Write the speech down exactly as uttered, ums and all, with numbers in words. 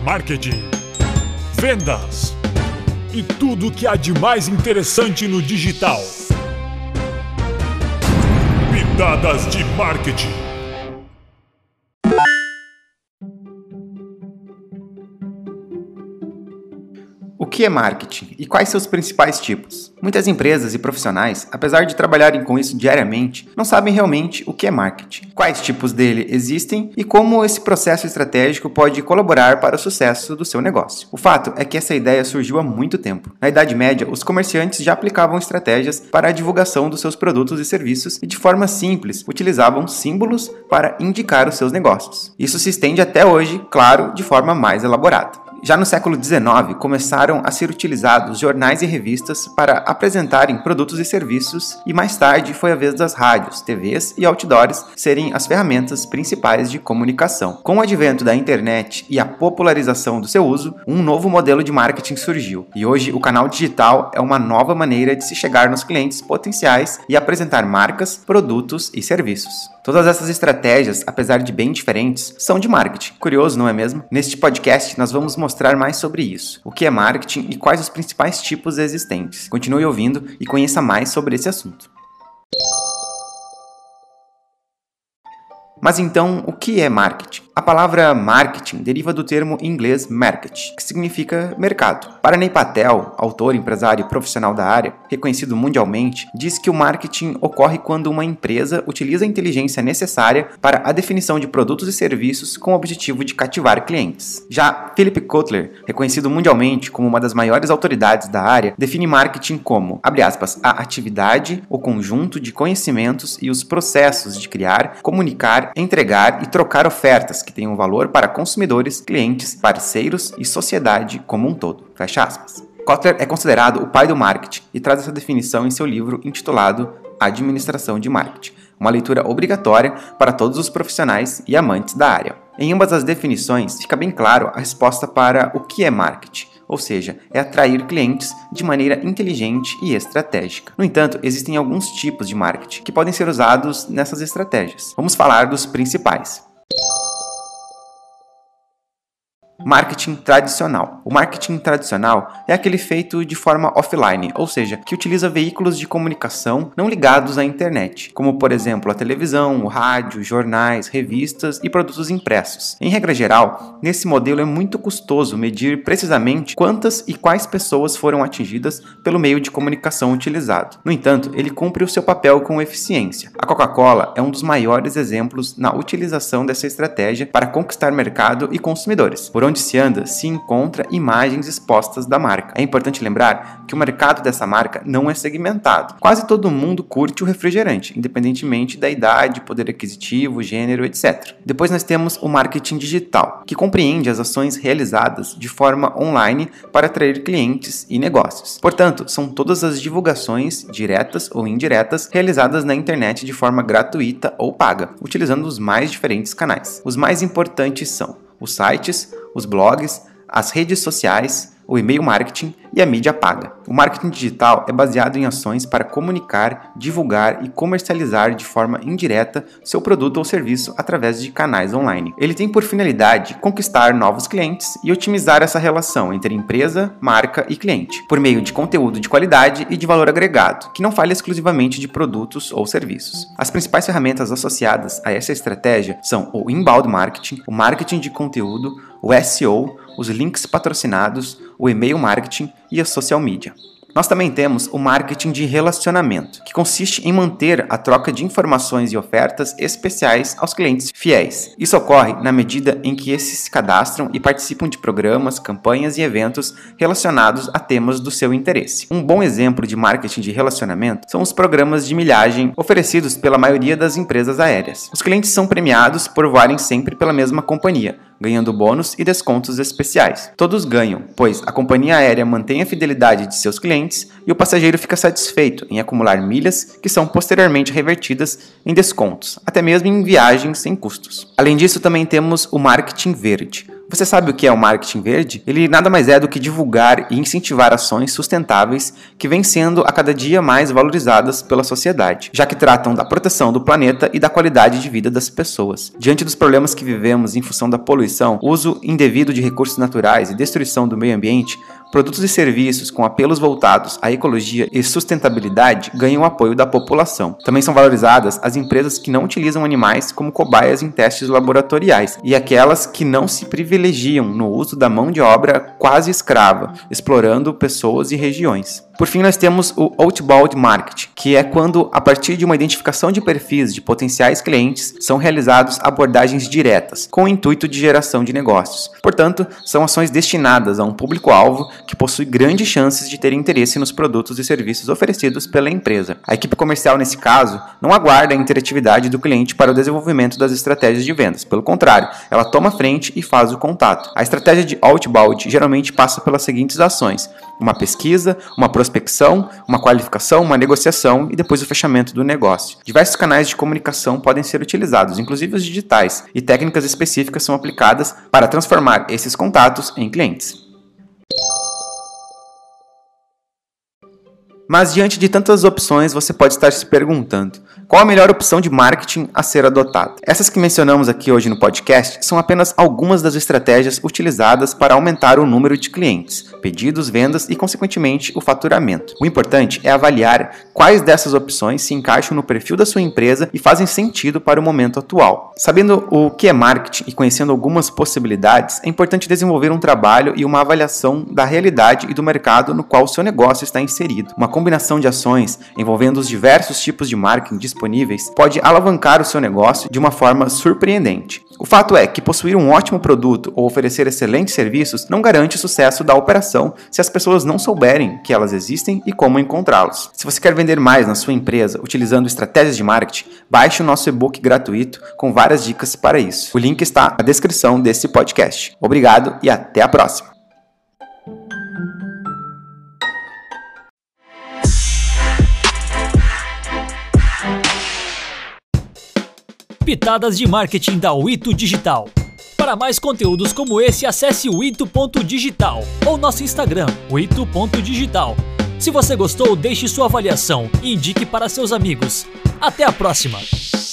marketing, vendas e tudo o que há de mais interessante no digital. Pitadas de Marketing. O que é marketing e quais seus principais tipos? Muitas empresas e profissionais, apesar de trabalharem com isso diariamente, não sabem realmente o que é marketing, quais tipos dele existem e como esse processo estratégico pode colaborar para o sucesso do seu negócio. O fato é que essa ideia surgiu há muito tempo. Na Idade Média, os comerciantes já aplicavam estratégias para a divulgação dos seus produtos e serviços e, de forma simples, utilizavam símbolos para indicar os seus negócios. Isso se estende até hoje, claro, de forma mais elaborada. Já no século dezenove, começaram a ser utilizados jornais e revistas para apresentarem produtos e serviços, e mais tarde foi a vez das rádios, T Vs e outdoors serem as ferramentas principais de comunicação. Com o advento da internet e a popularização do seu uso, um novo modelo de marketing surgiu, e hoje o canal digital é uma nova maneira de se chegar nos clientes potenciais e apresentar marcas, produtos e serviços. Todas essas estratégias, apesar de bem diferentes, são de marketing. Curioso, não é mesmo? Neste podcast, nós vamos mostrar mais sobre isso, o que é marketing e quais os principais tipos existentes. Continue ouvindo e conheça mais sobre esse assunto. Mas então, o que é marketing? A palavra marketing deriva do termo inglês market, que significa mercado. Paranay Patel, autor, empresário e profissional da área, reconhecido mundialmente, diz que o marketing ocorre quando uma empresa utiliza a inteligência necessária para a definição de produtos e serviços com o objetivo de cativar clientes. Já Philip Kotler, reconhecido mundialmente como uma das maiores autoridades da área, define marketing como, abre aspas, a atividade, o conjunto de conhecimentos e os processos de criar, comunicar, entregar e trocar ofertas que tenham valor para consumidores, clientes, parceiros e sociedade como um todo. Fecha aspas. Kotler é considerado o pai do marketing e traz essa definição em seu livro intitulado Administração de Marketing, uma leitura obrigatória para todos os profissionais e amantes da área. Em ambas as definições fica bem claro a resposta para o que é marketing, ou seja, é atrair clientes de maneira inteligente e estratégica. No entanto, existem alguns tipos de marketing que podem ser usados nessas estratégias. Vamos falar dos principais. Marketing tradicional. O marketing tradicional é aquele feito de forma offline, ou seja, que utiliza veículos de comunicação não ligados à internet, como por exemplo a televisão, o rádio, jornais, revistas e produtos impressos. Em regra geral, nesse modelo é muito custoso medir precisamente quantas e quais pessoas foram atingidas pelo meio de comunicação utilizado. No entanto, ele cumpre o seu papel com eficiência. A Coca-Cola é um dos maiores exemplos na utilização dessa estratégia para conquistar mercado e consumidores. Por onde se anda, se encontra imagens expostas da marca. É importante lembrar que o mercado dessa marca não é segmentado. Quase todo mundo curte o refrigerante, independentemente da idade, poder aquisitivo, gênero, etcétera. Depois nós temos o marketing digital, que compreende as ações realizadas de forma online para atrair clientes e negócios. Portanto, são todas as divulgações, diretas ou indiretas, realizadas na internet de forma gratuita ou paga, utilizando os mais diferentes canais. Os mais importantes são os sites, os blogs, as redes sociais, o e-mail marketing e a mídia paga. O marketing digital é baseado em ações para comunicar, divulgar e comercializar de forma indireta seu produto ou serviço através de canais online. Ele tem por finalidade conquistar novos clientes e otimizar essa relação entre empresa, marca e cliente, por meio de conteúdo de qualidade e de valor agregado, que não fale exclusivamente de produtos ou serviços. As principais ferramentas associadas a essa estratégia são o inbound marketing, o marketing de conteúdo, o S E O, os links patrocinados, o e-mail marketing e a social media. Nós também temos o marketing de relacionamento, que consiste em manter a troca de informações e ofertas especiais aos clientes fiéis. Isso ocorre na medida em que esses se cadastram e participam de programas, campanhas e eventos relacionados a temas do seu interesse. Um bom exemplo de marketing de relacionamento são os programas de milhagem oferecidos pela maioria das empresas aéreas. Os clientes são premiados por voarem sempre pela mesma companhia, ganhando bônus e descontos especiais. Todos ganham, pois a companhia aérea mantém a fidelidade de seus clientes e o passageiro fica satisfeito em acumular milhas que são posteriormente revertidas em descontos, até mesmo em viagens sem custos. Além disso, também temos o marketing verde. Você sabe o que é o marketing verde? Ele nada mais é do que divulgar e incentivar ações sustentáveis que vêm sendo a cada dia mais valorizadas pela sociedade, já que tratam da proteção do planeta e da qualidade de vida das pessoas. Diante dos problemas que vivemos em função da poluição, uso indevido de recursos naturais e destruição do meio ambiente, produtos e serviços com apelos voltados à ecologia e sustentabilidade ganham o apoio da população. Também são valorizadas as empresas que não utilizam animais como cobaias em testes laboratoriais e aquelas que não se privilegiam no uso da mão de obra quase escrava, explorando pessoas e regiões. Por fim, nós temos o outbound marketing, que é quando, a partir de uma identificação de perfis de potenciais clientes, são realizadas abordagens diretas, com o intuito de geração de negócios. Portanto, são ações destinadas a um público-alvo que possui grandes chances de ter interesse nos produtos e serviços oferecidos pela empresa. A equipe comercial, nesse caso, não aguarda a interatividade do cliente para o desenvolvimento das estratégias de vendas. Pelo contrário, ela toma frente e faz o contato. A estratégia de outbound geralmente passa pelas seguintes ações: uma pesquisa, uma prospecção, uma qualificação, uma negociação e depois o fechamento do negócio. Diversos canais de comunicação podem ser utilizados, inclusive os digitais, e técnicas específicas são aplicadas para transformar esses contatos em clientes. Mas diante de tantas opções, você pode estar se perguntando: qual a melhor opção de marketing a ser adotada? Essas que mencionamos aqui hoje no podcast são apenas algumas das estratégias utilizadas para aumentar o número de clientes, pedidos, vendas e, consequentemente, o faturamento. O importante é avaliar quais dessas opções se encaixam no perfil da sua empresa e fazem sentido para o momento atual. Sabendo o que é marketing e conhecendo algumas possibilidades, é importante desenvolver um trabalho e uma avaliação da realidade e do mercado no qual o seu negócio está inserido. Uma combinação de ações envolvendo os diversos tipos de marketing disponíveis pode alavancar o seu negócio de uma forma surpreendente. O fato é que possuir um ótimo produto ou oferecer excelentes serviços não garante o sucesso da operação se as pessoas não souberem que elas existem e como encontrá-los. Se você quer vender mais na sua empresa utilizando estratégias de marketing, baixe o nosso e-book gratuito com várias dicas para isso. O link está na descrição desse podcast. Obrigado e até a próxima! Pitadas de marketing da Wito Digital. Para mais conteúdos como esse, acesse wito ponto digital ou nosso Instagram, wito ponto digital. Se você gostou, deixe sua avaliação e indique para seus amigos. Até a próxima!